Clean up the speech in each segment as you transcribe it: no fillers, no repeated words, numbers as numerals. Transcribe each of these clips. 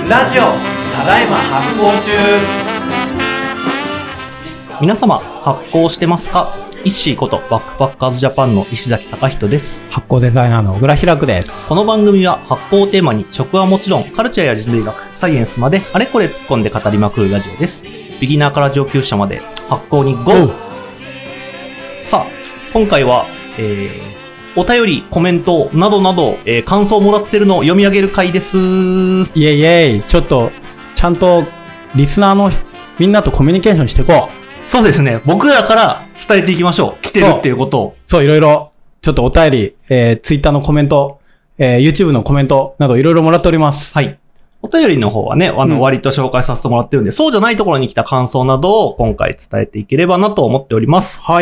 ラジオただいま発行中。 皆様発行してますか？イッシーことバックパッカーズジャパンの石崎貴人です。 発行デザイナーの小倉開です。 この番組は発行をテーマに食はもちろんカルチャーや人類学、サイエンスまであれこれ突っ込んで語りまくるラジオです。ビギナーから上級者まで発行にゴー。さあ今回は、お便りコメントなどなど、感想をもらってるのを読み上げる回です。 イエイイエイ。ちょっとちゃんとリスナーのみんなとコミュニケーションしていこう。 そうですね。僕らから伝えていきましょう。来てるっていうことを。 そう、いろいろ、ちょっとお便り、ツイッターのコメント、YouTube のコメントなどいろいろもらっております。 はい。お便りの方はね、割と紹介させてもらってるんで、そうじゃないところに来た感想などを今回伝えていければなと思っております。 はい。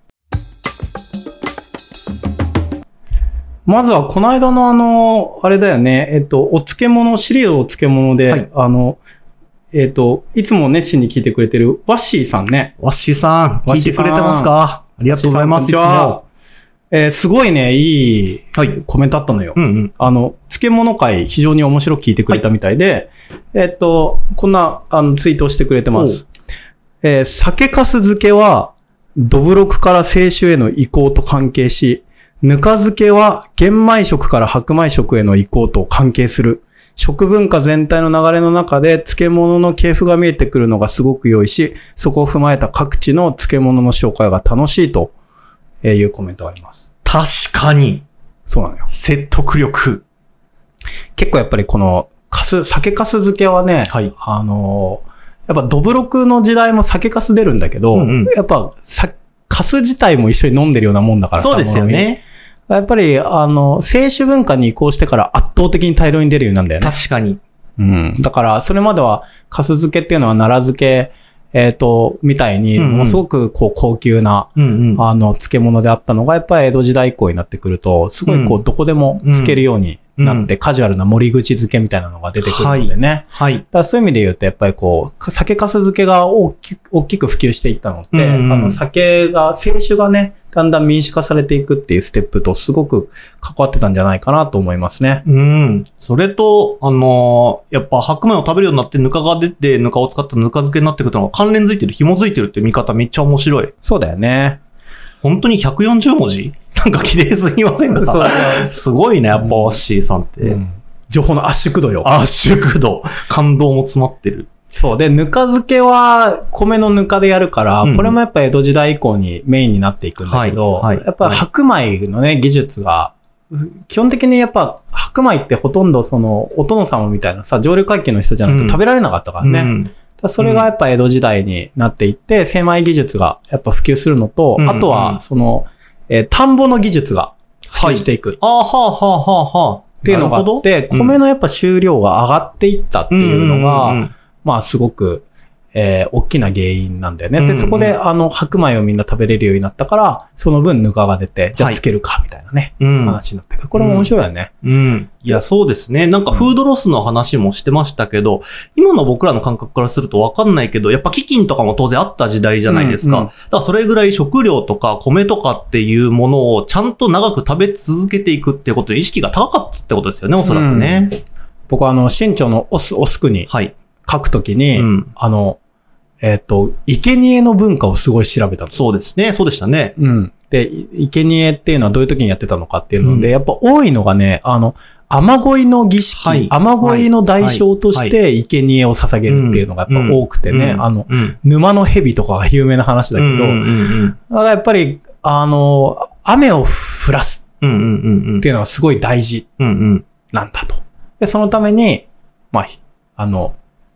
まずは、この間のあれだよね、お漬物、シリーズお漬物で、はい、いつも熱心に聞いてくれてるワッシーさんね。 ワッシーさん、聞いてくれてますか？ありがとうございます。いつも。 すごいね、いいコメントあったのよ。漬物会非常に面白く聞いてくれたみたいで、はい、こんな、ツイートをしてくれてます。酒粕漬けは、どぶろくから清酒への移行と関係し、ぬか漬けは玄米食から白米食への移行と関係する。食文化全体の流れの中で漬物の系譜が見えてくるのがすごく良いし、そこを踏まえた各地の漬物の紹介が楽しいというコメントがあります。 確かに。 そうなのよ。 説得力。 結構やっぱりこの酒粕漬けはね、はい、やっぱどぶろくの時代も酒粕出るんだけど、やっぱ粕自体も一緒に飲んでるようなもんだからさ。 そうですよね。 やっぱり、清酒文化に移行してから圧倒的に大量に出るようになるんだよね。 確かに。 うん。だから、それまでは、粕漬けっていうのは奈良漬け、みたいに、ものすごく、高級な、漬物であったのが、やっぱり江戸時代以降になってくると、すごいどこでも漬けるようになって、カジュアルな盛り口漬けみたいなのが出てくるのでね。はい。だからそういう意味で言うと、やっぱり酒粕漬けが大きく普及していったのって、清酒がね、だんだん民主化されていくっていうステップとすごく関わってたんじゃないかなと思いますね。 それと、やっぱ白米を食べるようになってぬかが出て、ぬかを使ったぬか漬けになってくるのが関連づいてる、紐づいてるって見方めっちゃ面白い。 そうだよね。 本当に140文字なんか綺麗すぎませんか？すごいね、やっぱワッシーさんって。 情報の圧縮度よ。 圧縮度。感動も詰まってる。 そうで、ぬか漬けは米のぬかでやるから、これもやっぱ江戸時代以降にメインになっていくんだけど、やっぱ白米のね、技術が、基本的にやっぱ白米ってほとんどお殿様みたいなさ、上流階級の人じゃなくて食べられなかったからね。それがやっぱ江戸時代になっていって、精米技術がやっぱ普及するのと、あとは田んぼの技術が普及していく。っていうのがあって、米のやっぱ収量が上がっていったっていうのが、まあすごく、大きな原因なんだよね。で、そこで白米をみんな食べれるようになったから、その分ぬかが出て、じゃあつけるかみたいなね、話になってくる。これも面白いよね。 いや、そうですね。なんかフードロスの話もしてましたけど、今の僕らの感覚からするとわかんないけど、やっぱ飢饉とかも当然あった時代じゃないですか。だからそれぐらい食料とか米とかっていうものをちゃんと長く食べ続けていくっていうことに意識が高かったってことですよね、おそらくね。 僕は新朝のオスクに書くときに、生贄の文化をすごい調べたの。 そうですね。そうでしたね。 で、生贄っていうのはどういう時にやってたのかっていうので、やっぱ多いのがね、雨乞いの儀式、雨乞いの代償として生贄を捧げるっていうのがやっぱ多くてね、沼の蛇とかが有名な話だけど、だからやっぱり、雨を降らすっていうのがすごい大事なんだと。で、そのために、まあ、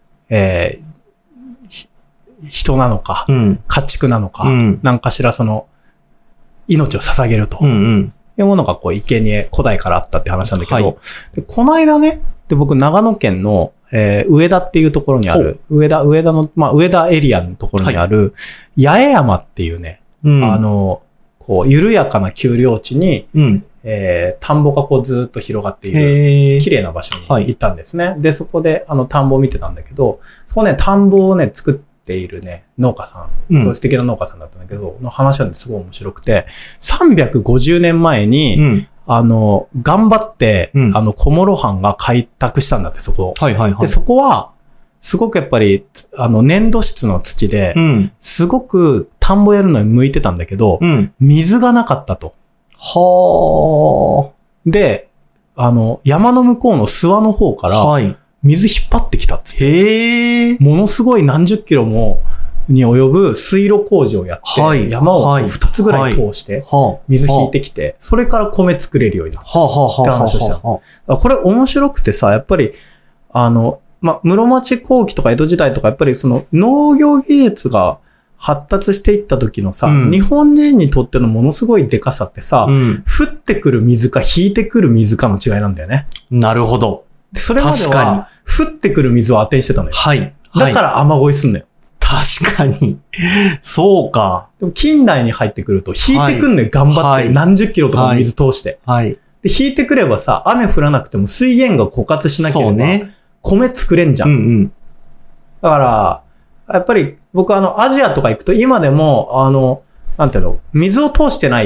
人なのか、家畜なのか、何かしら命を捧げるというものが生贄、古代からあったって話なんだけど、でこの間ね、で僕長野県の、上田っていうところにある、上田の、上田エリアのところにある、八重山っていうね、緩やかな丘陵地に、田んぼがずっと広がっている、綺麗な場所に行ったんですね。で、そこで、田んぼを見てたんだけど、そこね、田んぼをね、作っているね、農家さん、素敵な農家さんだったんだけど、の話はね、すごい面白くて、350年前に、 頑張って、小諸藩が開拓したんだって、そこ。 はいはいはい。 で、そこは、すごくやっぱり、粘土質の土で、すごく田んぼやるのに向いてたんだけど、水がなかったと。 はあ。で、山の向こうの諏訪の方から、水引っ張ってきたっつって。 へー。 ものすごい何十キロもに及ぶ水路工事をやって、山を2つぐらい通して、水引いてきて、それから米作れるようになった。って話をした。これ面白くてさ、やっぱり、室町後期とか江戸時代とか、やっぱりその農業技術が発達していった時のさ、日本人にとってのものすごいデカさってさ、降ってくる水か引いてくる水かの違いなんだよね。 なるほど。 それまでは、降ってくる水を当てにしてたのよ。 はい。 だから雨乞いすんのよ。 確かに。そうか。 でも近代に入ってくると、引いてくんのよ、頑張って。何十キロとかの水通して。 はい。 で、引いてくればさ、雨降らなくても水源が枯渇しなければ、米作れんじゃん。だから、やっぱり僕アジアとか行くと今でも、なんていうの、水を通してない、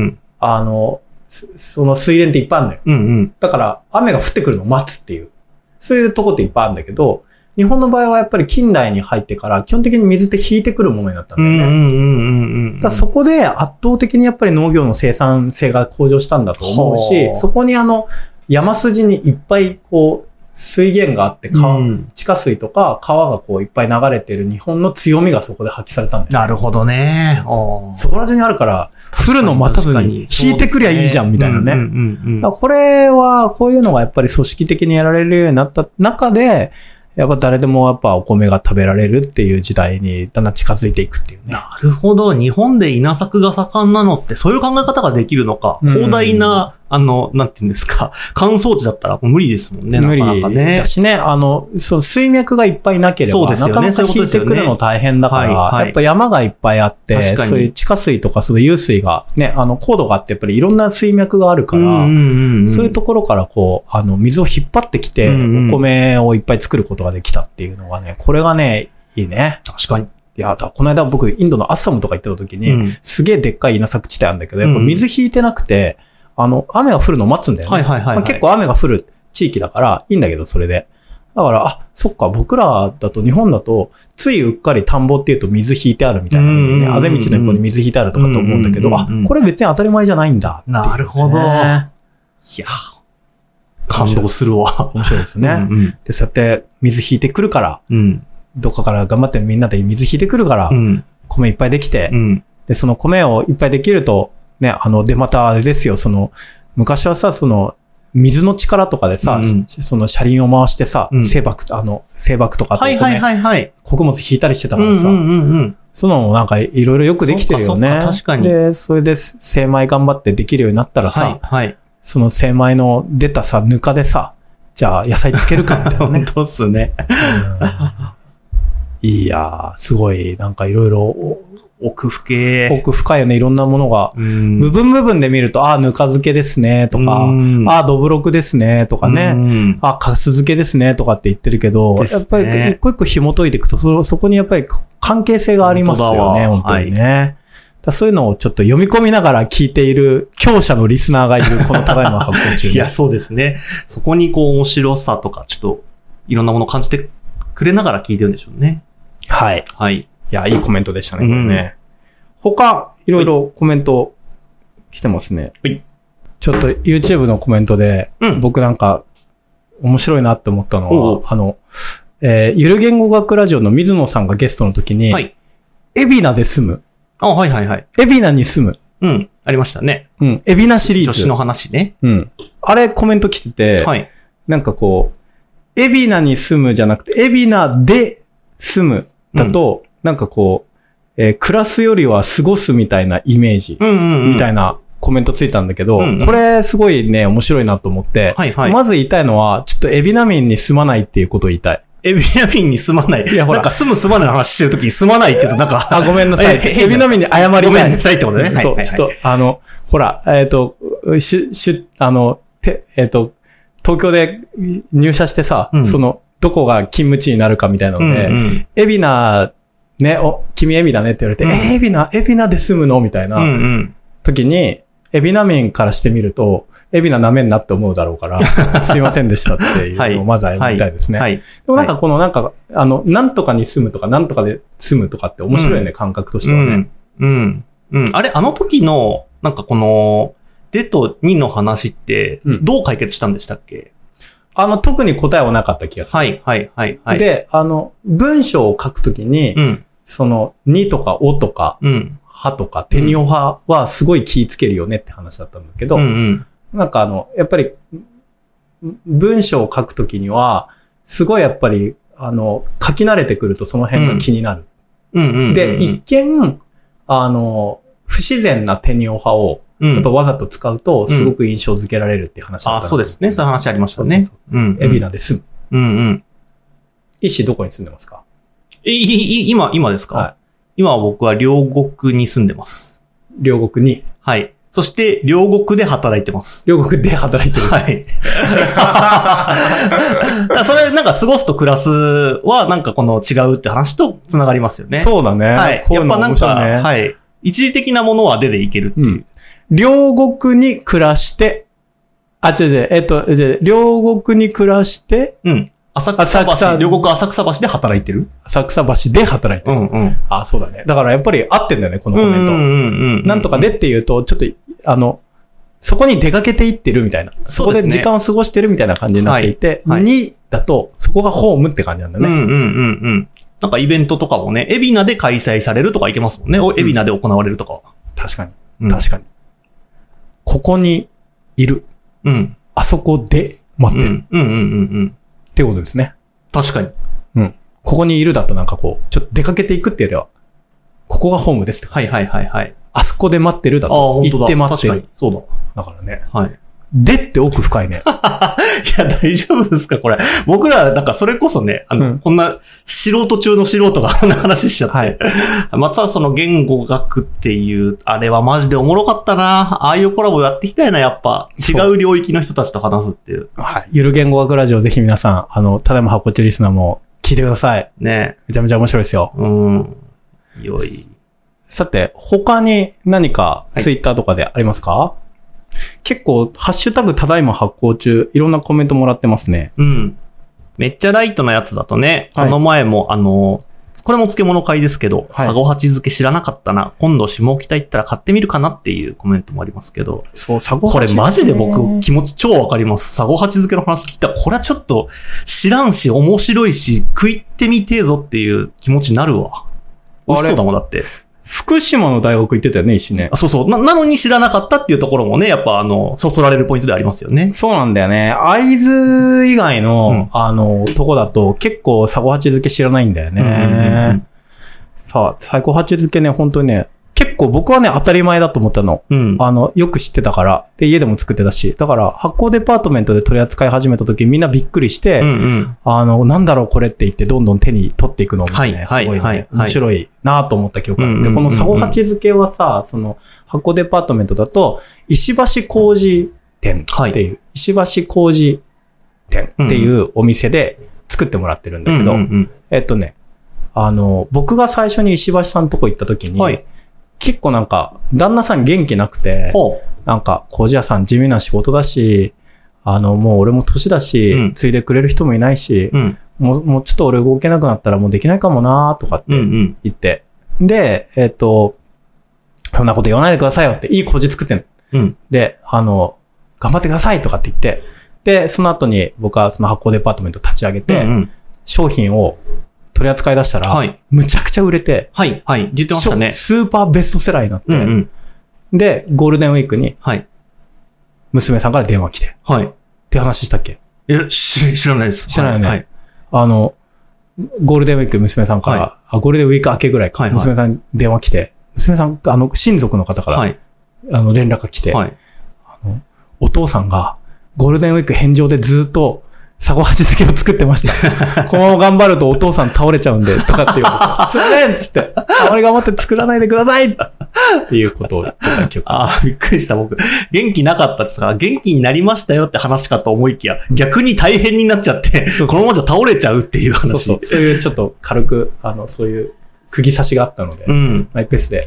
その水田っていっぱいあるのよ。だから雨が降ってくるのを待つっていう、そういうとこっていっぱいあるんだけど、日本の場合はやっぱり近代に入ってから基本的に水って引いてくるものになったんだよね。だからそこで圧倒的にやっぱり農業の生産性が向上したんだと思うし、そこに山筋にいっぱいこう、水源があって、地下水とか川がこういっぱい流れてる日本の強みがそこで発揮されたんだよ。 なるほどね。 そこら中にあるから、降るの待たずに引いてくりゃいいじゃんみたいなね。これは、こういうのがやっぱり組織的にやられるようになった中で、やっぱ誰でもやっぱお米が食べられるっていう時代にだんだん近づいていくっていうね。 なるほど。日本で稲作が盛んなのってそういう考え方ができるのか。広大な、なんていうんですか、乾燥地だったら無理ですもんね。 無理だしね、その水脈がいっぱいなければ、なかなか引いてくるの大変だから、やっぱ山がいっぱいあって、そういう地下水とかその湧水がね、高度があってやっぱりいろんな水脈があるから、そういうところからこう、水を引っ張ってきて、お米をいっぱい作ることができたっていうのがね、これがね、いいね。 確かに。 いや、この間僕、インドのアッサムとか行ってた時に、すげえでっかい稲作地帯あるんだけど、やっぱ水引いてなくて、雨が降るのを待つんだよね。結構雨が降る地域だから、いいんだけど、それで。だから、そっか、僕らだと、日本だと、ついうっかり田んぼっていうと水引いてあるみたいな風にね、あぜ道の横に水引いてあるとかと思うんだけど、これ別に当たり前じゃないんだ、ね。 なるほど。いや、感動するわ。 面白いですね。で、そうやって水引いてくるから、どっかから頑張ってみんなで水引いてくるから、米いっぱいできて、で、その米をいっぱいできると、ね、で、またあれですよ、昔はさ、水の力とかでさ、その車輪を回してさ、精爆とか穀物引いたりしてたからさ、そのなんかいろいろよくできてるよね。 確かに。 で、それで精米頑張ってできるようになったらさ、その精米の出たさ、ぬかでさ、じゃあ野菜つけるかみたいなね。 本当っすね。 いやー、すごい、なんかいろいろ、 奥深いよね。いろんなものが。部分で見ると、ぬか漬けですね、とか、どぶろくですね、とかね。かす漬けですね、とかって言ってるけど、やっぱり一個一個紐解いていくと、そこにやっぱり関係性がありますよね、本当にね。そういうのをちょっと読み込みながら聞いている強者のリスナーがいる、このただいま発行中。 いや、そうですね。そこに面白さとか、ちょっと、いろんなものを感じてくれながら聞いてるんでしょうね。 はい。いや、いいコメントでしたね、これね。他、いろいろコメント来てますね。ちょっと YouTube のコメントで、僕なんか面白いなって思ったのは、ゆる言語学ラジオの水野さんがゲストの時に、海老名で住む。 海老名に住む。 ありましたね。 海老名シリーズ。 女子の話ね。 あれコメント来てて、なんか海老名に住むじゃなくて、海老名で住むだと、なんか暮らすよりは過ごすみたいなイメージ、みたいなコメントついたんだけど、これすごいね、面白いなと思って、まず言いたいのは、ちょっと海老名民に住まないっていうことを言いたい。 海老名民に住まない。いや、ほら。なんか住む住まないの話してるときに住まないって言うとなんか。 ごめんなさい。海老名民に謝りたい。 ごめんなさいってことね。 そう、ちょっと、ほら、東京で入社してさ、どこが勤務地になるかみたいなので、海老名、ね、君海老名ねって言われて、海老名で住むのみたいな時に、 海老名民からしてみると、海老名舐めんなって思うだろうから、すいませんでしたっていうのをまず謝りたいですね。でもなんかこのなんとかに住むとか、なんとかで住むとかって面白いよね、感覚としてはね。 あれ、あの時の、なんかこの、デと2の話って、どう解決したんでしたっけ？ 特に答えはなかった気がする。はい。で、文章を書くときに、その、2とかおとか、はとか、テニオ派はすごい気ぃつけるよねって話だったんだけど、なんかやっぱり、文章を書くときには、すごいやっぱり、書き慣れてくるとその辺が気になる。で、一見、不自然なテニオ派を、やっぱわざと使うと、すごく印象付けられるっていう話だった。 そうですね。そういう話ありましたね。 海老名で住む。石どこに住んでますか？ 今ですか？はい。今は僕は両国に住んでます。 両国に？ はい。そして、両国で働いてます。 両国で働いてる。 はい。それ、なんか過ごすと暮らすは、なんかこの違うって話と繋がりますよね。 そうだね。 はい。やっぱなんか、はい。一時的なものは出ていけるっていう。 両国に暮らして、両国に暮らして、 両国浅草橋で働いてる？ 浅草橋で働いてる。そうだね。だからやっぱり合ってんだよね、このコメント。なんとかでっていうと、ちょっと、そこに出かけていってるみたいな。そこで時間を過ごしてるみたいな感じになっていて、2だと、そこがホームって感じなんだね。 なんかイベントとかもね、海老名で開催されるとかいけますもんね。海老名で行われるとか。 確かに。確かに。ここにいる。あそこで待ってる。ってことですね。 確かに。 ここにいるだとなんかこう、ちょっと出かけていくっていうよりは、ここがホームですって。あそこで待ってるだと。行って待ってる。 確かに。そうだ。 だからね。 はい。 でって奥深いね。 いや、大丈夫ですかこれ。僕ら、なんかそれこそね、こんな素人中の素人がこんな話しちゃって。またその言語学っていう、あれはマジでおもろかったな。ああいうコラボやっていきたいな、やっぱ。違う領域の人たちと話すっていう。 はい。ゆる言語学ラジオぜひ皆さん、ただいま箱中リスナーも聞いてください。 ね。 めちゃめちゃ面白いですよ。 よい。 さて、他に何かツイッターとかでありますか？結構、ハッシュタグただいま発行中、いろんなコメントもらってますね。 めっちゃライトなやつだとね、この前もこれも漬物会ですけど、サゴハチ漬け知らなかったな。今度下北行ったら買ってみるかなっていうコメントもありますけど。 そう、サゴハチ。 これマジで僕気持ち超わかります。サゴハチ漬けの話聞いたら、これはちょっと知らんし面白いし、食いってみてえぞっていう気持ちになるわ。美味しそうだもんだって。 福島の大学行ってたよね、石ね。 そうそう。なのに知らなかったっていうところもね、やっぱそそられるポイントでありますよね。 そうなんだよね。会津以外の、とこだと結構サゴハチ漬け知らないんだよね。さあ、サゴハチ漬けね、本当にね、結構僕はね、当たり前だと思ったの。よく知ってたから。で、家でも作ってたし。だから、発酵デパートメントで取り扱い始めた時みんなびっくりして、なんだろうこれって言ってどんどん手に取っていくのもね、すごいね、面白いなと思った記憶がある。で、このサゴハチ漬けはさ、その、発酵デパートメントだと、石橋工事店っていう、石橋工事店っていうお店で作ってもらってるんだけど、僕が最初に石橋さんのとこ行った時に、結構なんか、旦那さん元気なくて、なんか、工事屋さん地味な仕事だし、もう俺も年だし、継いでくれる人もいないし、もうちょっと俺動けなくなったらもうできないかもなとかって言って、で、そんなこと言わないでくださいよって、いい工事作ってんの。で、頑張ってくださいとかって言って、で、その後に僕はその発酵デパートメント立ち上げて、商品を取り扱い出したら、むちゃくちゃ売れて、 言ってましたね。 スーパーベストセラーになって、で、ゴールデンウィークに、娘さんから電話来て、って話したっけ？ 知らないです。 知らないよね。ゴールデンウィーク娘さんから、ゴールデンウィーク明けぐらいか、娘さん電話来て、娘さん、親族の方から、連絡が来て、お父さんが、ゴールデンウィーク返上でずっと、サゴハチ漬けを作ってました。このまま頑張るとお父さん倒れちゃうんで、とかって言われて、すいませんっつって、あまり頑張って作らないでくださいっていうことを言ってた記憶。 びっくりした僕。元気なかったってさ、元気になりましたよって話かと思いきや、逆に大変になっちゃって、このままじゃ倒れちゃうっていう話。 そういうちょっと軽く、そういう釘刺しがあったので、マイペースで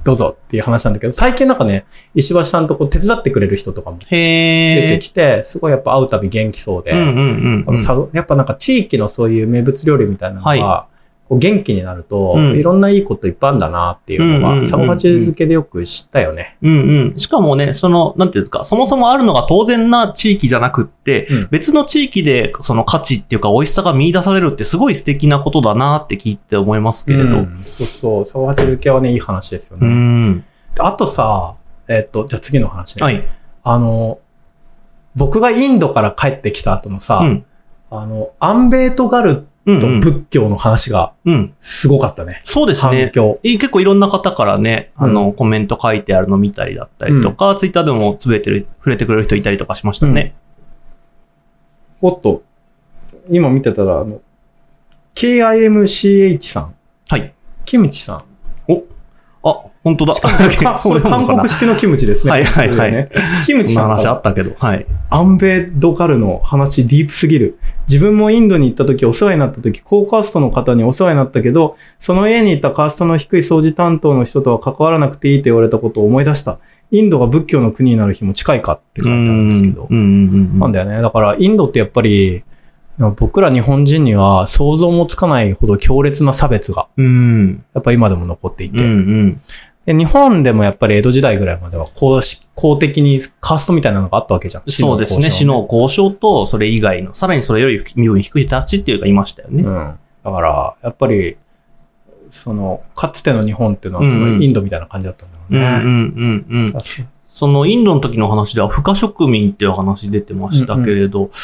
どうぞっていう話なんだけど、最近なんかね、石橋さんとこう手伝ってくれる人とかも出てきて、すごいやっぱ会うたび元気そうで、やっぱなんか地域のそういう名物料理みたいなのが、こう元気になると、いろんないいこといっぱいあるんだなっていうのが、サゴハチ漬けでよく知ったよね。 しかもね、なんていうんですか、そもそもあるのが当然な地域じゃなくって、別の地域でその価値っていうか美味しさが見出されるってすごい素敵なことだなって聞いて思いますけれど。 そうそう、サゴハチ漬けはね、いい話ですよね。あとさ、じゃあ次の話ね。はい。僕がインドから帰ってきた後のさ、アンベートガルと仏教の話が、すごかったね。 そうですね。結構いろんな方からね、コメント書いてあるの見たりだったりとか、ツイッターでも触れてくれる人いたりとかしましたね。 おっと、今見てたら、KIMCH さん。 はい。 キムチさん。 本当だ。 韓国式のキムチですね。 はいはいはい。 キムチさん。 話あったけど。はい。 アンベドガルの話ディープすぎる。自分もインドに行った時、お世話になった時、高カーストの方にお世話になったけど、その家にいたカーストの低い掃除担当の人とは関わらなくていいと言われたことを思い出した。インドが仏教の国になる日も近いかって書いてあるんですけど。なんだよね。だから、インドってやっぱり、僕ら日本人には想像もつかないほど強烈な差別が、やっぱ今でも残っていて、で日本でもやっぱり江戸時代ぐらいまでは公的にカーストみたいなのがあったわけじゃん。 そうですね。士の交渉とそれ以外の、さらにそれより身分低い人たちっていうのがいましたよね。 だから、やっぱり、かつての日本っていうのはすごいインドみたいな感じだったんだろうね。 そのインドの時の話では、不可植民っていう話出てましたけれど、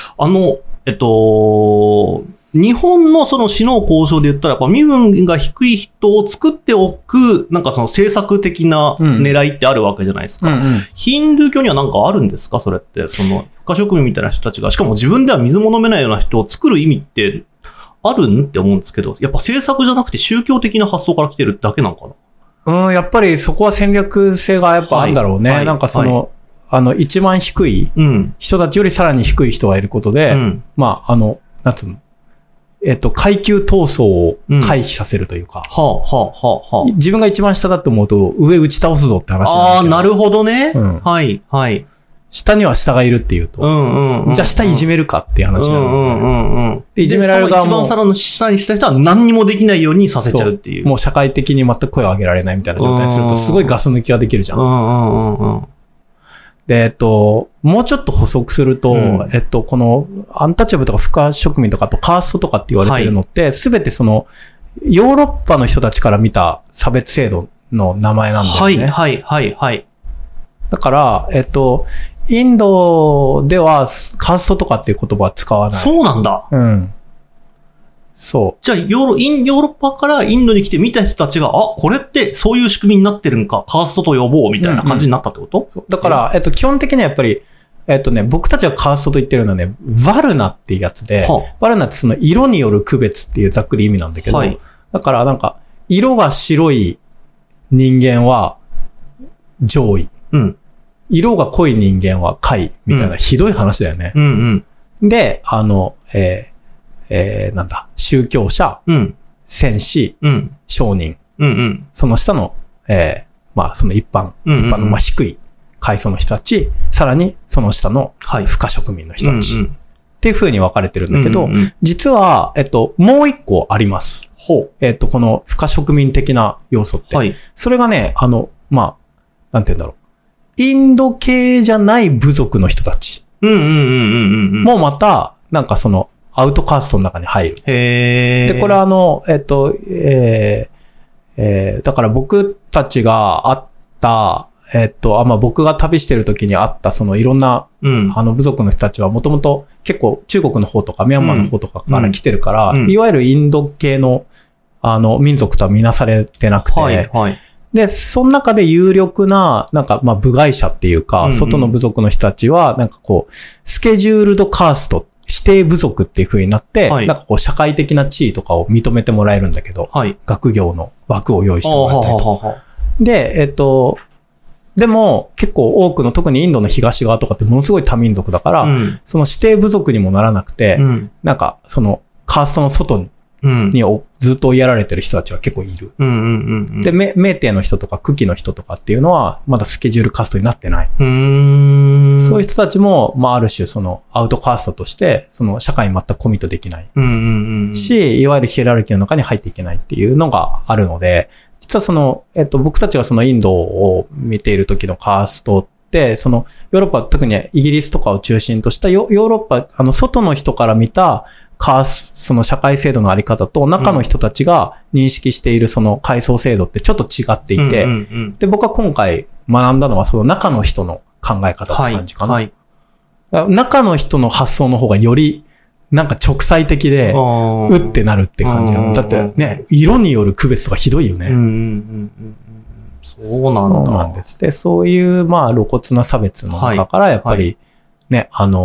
日本のその士の交渉で言ったら、やっぱ身分が低い人を作っておく、なんかその政策的な狙いってあるわけじゃないですか。ヒンドゥー教にはなんかあるんですかそれって。不可植民みたいな人たちが、しかも自分では水も飲めないような人を作る意味ってあるんって思うんですけど、やっぱ政策じゃなくて宗教的な発想から来てるだけなのかな？やっぱりそこは戦略性がやっぱあるんだろうね。なんか一番低い人たちよりさらに低い人がいることで、なんつうの階級闘争を回避させるというか、自分が一番下だと思うと上打ち倒すぞって話なんだけど。 なるほどね。はい、はい。 下には下がいるっていうと、じゃあ下いじめるかっていう話なので、いじめられる側も。 一番下にした人は何にもできないようにさせちゃうっていう。 もう社会的に全く声を上げられないみたいな状態にすると、すごいガス抜きができるじゃん。で、もうちょっと補足すると、この、アンタッチャブルとか不可植民とかとカーストとかって言われてるのって、すべてヨーロッパの人たちから見た差別制度の名前なんだよね。 はい。 だから、インドではカーストとかっていう言葉は使わない。 そうなんだ。 そう。 じゃあ、ヨーロッパからインドに来て見た人たちが、これってそういう仕組みになってるんか、カーストと呼ぼうみたいな感じになったってこと？ だから、基本的にはやっぱり、僕たちがカーストと言ってるのはね、ワルナっていうやつで、ワルナって色による区別っていうざっくり意味なんだけど、だからなんか、色が白い人間は上位。色が濃い人間は下位。みたいなひどい話だよね。で、なんだ、宗教者、戦士、商人、その下の、その一般の低い階層の人たち、さらにその下の不可植民の人たち、っていう風に分かれてるんだけど、実は、もう一個あります。この不可植民的な要素って。それがね、なんて言うんだろう。インド系じゃない部族の人たち。もうまた、なんかアウトカーストの中に入る。で、これだから僕たちが会った、僕が旅してる時に会った、いろんな、部族の人たちはもともと結構中国の方とかミャンマーの方とかから来てるから、いわゆるインド系の、民族とは見なされてなくて、で、その中で有力な、なんか、部外者っていうか、外の部族の人たちは、なんかスケジュールドカースト、指定部族っていう風になって、なんか社会的な地位とかを認めてもらえるんだけど、学業の枠を用意してもらったりと。で、でも、結構多くの、特にインドの東側とかってものすごい多民族だから、その指定部族にもならなくて、なんか、カーストの外に、 ずっと追いやられてる人たちは結構いる。で、メーテの人とかクキの人とかっていうのは、まだスケジュールカーストになってない。そういう人たちも、まあ、ある種そのアウトカーストとして、その社会に全くコミットできない。し、いわゆるヒエラルキーの中に入っていけないっていうのがあるので、実はその、僕たちがそのインドを見ている時のカーストって、そのヨーロッパ、特にイギリスとかを中心としたヨーロッパ、外の人から見たその社会制度のあり方と中の人たちが認識しているその階層制度ってちょっと違っていて、で、僕は今回学んだのはその中の人の考え方って感じかな。中の人の発想の方がよりなんか直裁的で、うってなるって感じ。だってね、色による区別とかひどいよね。 そうなんだ。 そうなんです。で、そういうまあ露骨な差別の中からやっぱりね、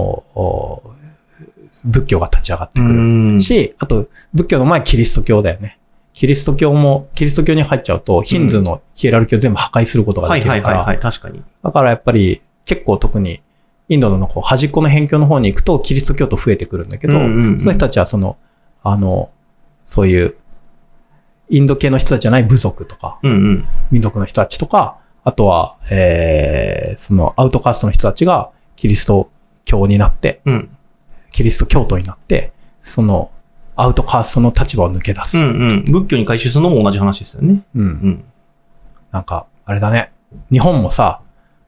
仏教が立ち上がってくるし、あと仏教の前キリスト教だよね。キリスト教に入っちゃうとヒンズーのヒエラルキーを全部破壊することができるから。 確かに。だからやっぱり結構特にインドのこう端っこの辺境の方に行くとキリスト教徒増えてくるんだけど、そういう人たちはその、そういうインド系の人たちじゃない部族とか、民族の人たちとか、あとは、そのアウトカーストの人たちがキリスト教になって、キリスト教徒になって、そのアウトカーストの立場を抜け出す。 仏教に改宗するのも同じ話ですよね。 なんか、あれだね。日本もさ、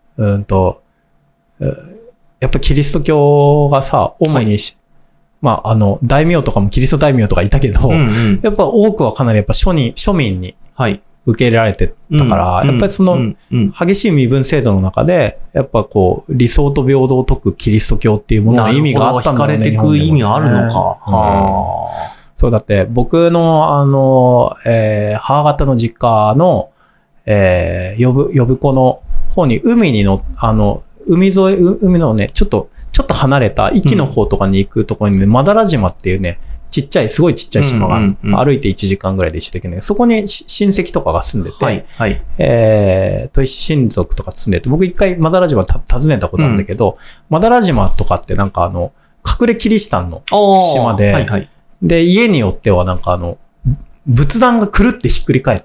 やっぱキリスト教がさ、主にまあ、大名とかもキリスト大名とかいたけど、やっぱ多くはかなりやっぱ庶民に受け入れられてたから、やっぱりその激しい身分制度の中で、やっぱこう理想と平等を説くキリスト教っていうものの意味があったんだよね。 惹かれていく意味があるのか。 そうだって僕の母方の実家の呼子の方に海のね、ちょっと離れた、壱岐の方とかに行くところにね、マダラ島っていうね、すごいちっちゃい島がある。歩いて1時間ぐらいで一緒できるんだけど、そこに親戚とかが住んでて、砥石親族とか住んでて、僕一回マダラ島訪ねたことあるんだけど、マダラ島とかってなんか隠れキリシタンの島で、で、家によってはなんか仏壇がくるってひっくり返って、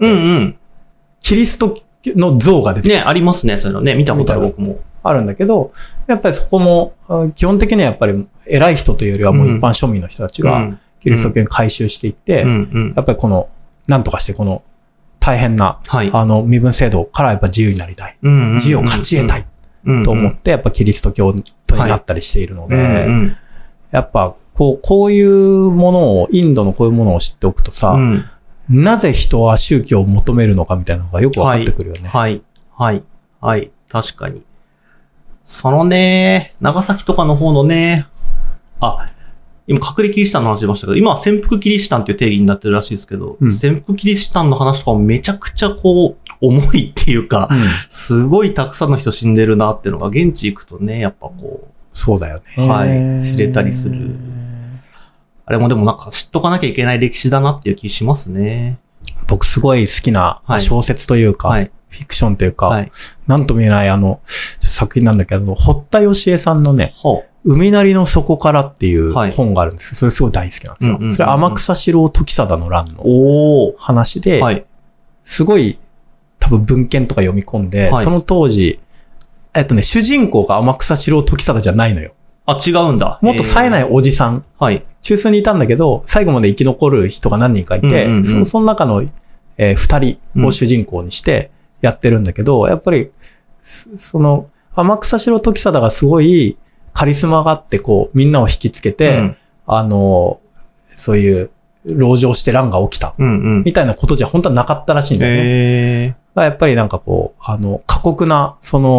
キリストの像が出てね、ありますね、そういうのね。見たことある僕も。 あるんだけど、やっぱりそこも、基本的にはやっぱり偉い人というよりはもう一般庶民の人たちが、キリスト教に改宗していって、やっぱりなんとかしてこの大変な、身分制度からやっぱ自由になりたい。自由を勝ち得たい。と思って、やっぱキリスト教徒になったりしているので、やっぱこういうものを、インドのこういうものを知っておくとさ、なぜ人は宗教を求めるのかみたいなのがよくわかってくるよね。 確かに。そのね、長崎とかの方のね、今隠れキリシタンの話出ましたけど、今は潜伏キリシタンっていう定義になってるらしいですけど、潜伏キリシタンの話とかもめちゃくちゃこう、重いっていうか、すごいたくさんの人死んでるなっていうのが現地行くとね、やっぱこう。 そうだよね。 知れたりする。あれもでもなんか知っとかなきゃいけない歴史だなっていう気しますね。 僕すごい好きな小説というか、フィクションというか、なんとも言えない作品なんだけど、堀田芳恵さんのね、海なりの底からっていう本があるんです。それすごい大好きなんですよ。それ天草四郎時貞の乱の話で、すごい多分文献とか読み込んで、その当時、主人公が天草四郎時貞じゃないのよ。 違うんだ。 もっと冴えないおじさん。中枢にいたんだけど、最後まで生き残る人が何人かいて、その中の二人を主人公にしてやってるんだけど、やっぱり、天草四郎時貞がすごいカリスマがあって、こう、みんなを引きつけて、そういう、籠城して乱が起きた。みたいなことじゃ本当はなかったらしいんだよね。やっぱりなんかこう、過酷な、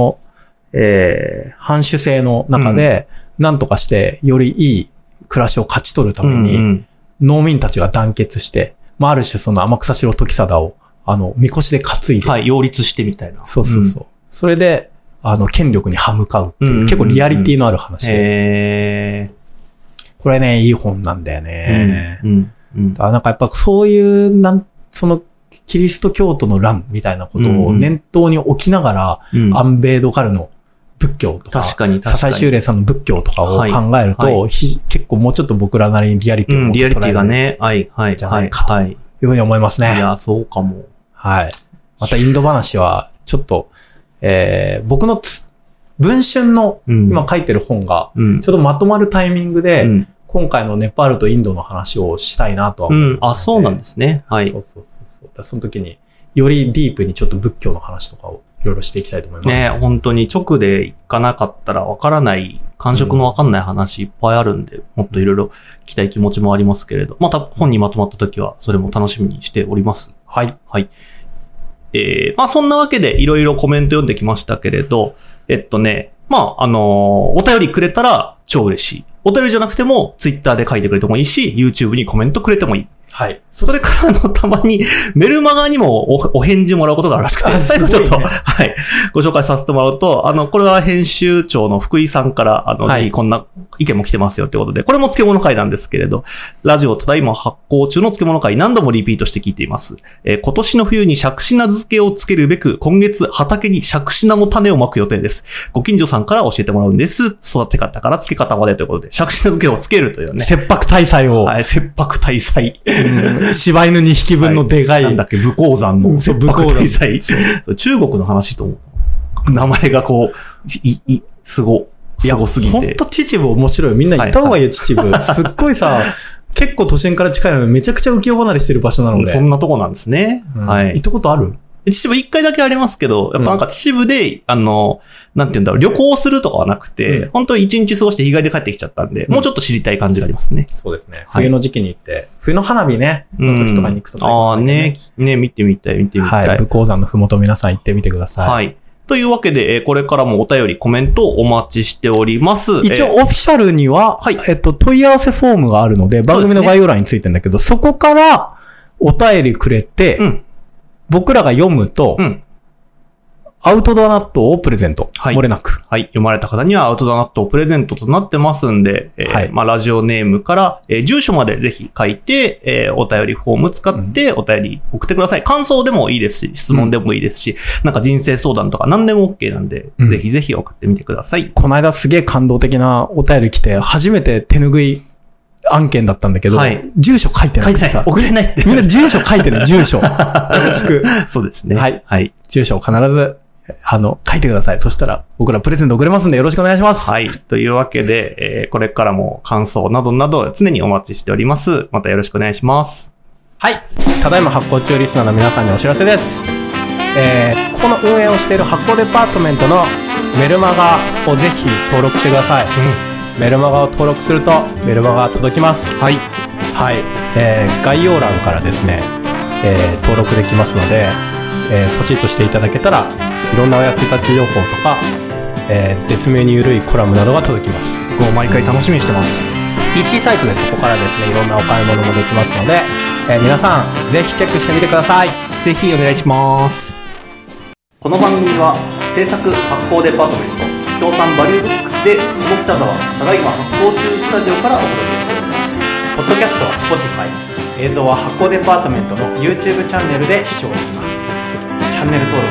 藩主制の中で、なんとかして、よりいい暮らしを勝ち取るために、農民たちが団結して、ある種天草四郎時貞を、みこしで担いで。 擁立してみたいな。 そう。それで、権力に歯向かうっていう、結構リアリティのある話で。これね、いい本なんだよね。なんかやっぱそういう、キリスト教徒の乱みたいなことを念頭に置きながら、アンベードカルの仏教とか、笹井秀麗さんの仏教とかを考えると、結構もうちょっと僕らなりにリアリティを持って捉える。 リアリティがね、じゃないかといいうふうに思いますね。 いや、そうかも。 はい。またインド話は、ちょっと、僕の文春の今書いてる本が、ちょっとまとまるタイミングで、今回のネパールとインドの話をしたいなとは思う。 あ、そうなんですね。はい。 そう。その時に、よりディープにちょっと仏教の話とかをいろいろしていきたいと思います。 ね、本当に直で行かなかったらわからない、感触のわかんない話いっぱいあるんで、もっといろいろ聞きたい気持ちもありますけれど、また本にまとまった時はそれも楽しみにしております。 はい。 はい。まあそんなわけでいろいろコメント読んできましたけれど、まあお便りくれたら超嬉しい。お便りじゃなくても、ツイッターで書いてくれてもいいし、YouTube にコメントくれてもいい。 はい。 それからたまにメルマガにもお返事もらうことがあるらしくて、最後ちょっと、はい、ご紹介させてもらうと、これは編集長の福井さんから、ぜひこんな意見も来てますよってことで、これも漬物会なんですけれど、ラジオただいま発行中の漬物会何度もリピートして聞いています。今年の冬にしゃくしな漬けをつけるべく、今月畑にしゃくしなの種をまく予定です。ご近所さんから教えてもらうんです。育て方から漬け方までということで、しゃくしな漬けをつけるというね。 切迫大祭を。 はい、切迫大祭。 柴犬2匹分のでかい。 なんだっけ、武甲山の切迫大祭。中国の話と、名前がこう、すごすぎて。 ほんと秩父面白い。みんな行った方がいいよ、秩父。すっごいさ、結構都心から近いのでめちゃくちゃ浮世離れしてる場所なので。 そんなとこなんですね。はい。 行ったことある？ 秩父1回だけありますけど、やっぱなんか秩父で、なんていうんだろう、旅行するとかはなくて、本当に1日過ごして日帰りで帰ってきちゃったんで、もうちょっと知りたい感じがありますね。 そうですね。冬の時期に行って、冬の花火ね、の時とかに行くと最高ですね。ね、見てみたい。 はい。武甲山のふもと皆さん行ってみてください。 はい。というわけで、これからもお便り、コメントをお待ちしております。 一応、オフィシャルには、問い合わせフォームがあるので、番組の概要欄についてるんだけど、そこからお便りくれて、僕らが読むと、アウトドアナットをプレゼント。漏れなく。 はい。読まれた方にはアウトドアナットをプレゼントとなってますんで、まあ、ラジオネームから、住所までぜひ書いて、お便りフォーム使ってお便り送ってください。感想でもいいですし、質問でもいいですし、なんか人生相談とか何でも OK なんで、ぜひぜひ送ってみてください。 この間すげえ感動的なお便り来て、初めて手拭い案件だったんだけど、住所書いてない。 書いてない。送れないって。 みんな住所書いてね、住所。よろしく。 そうですね。 はい。住所を必ず、書いてください。そしたら、僕らプレゼント送れますんでよろしくお願いします。 はい。というわけで、これからも感想などなど常にお待ちしております。またよろしくお願いします。 はい。ただいま発行中リスナーの皆さんにお知らせです。ここの運営をしている発行デパートメントのメルマガをぜひ登録してください。メルマガを登録するとメルマガが届きます。 はい。 はい。概要欄からですね、登録できますので、ポチッとしていただけたら、いろんなお役立ち情報とか、絶妙に緩いコラムなどが届きます。 もう毎回楽しみにしてます。 EC サイトでそこからですね、いろんなお買い物もできますので、皆さん、ぜひチェックしてみてください。 ぜひお願いします。この番組は、制作発行デパートメント、協賛バリューブックスで、下北沢、ただいま発行中スタジオからお届けしております。 ポッドキャストは Spotify、映像は発行デパートメントの YouTube チャンネルで視聴できます。チャンネル登録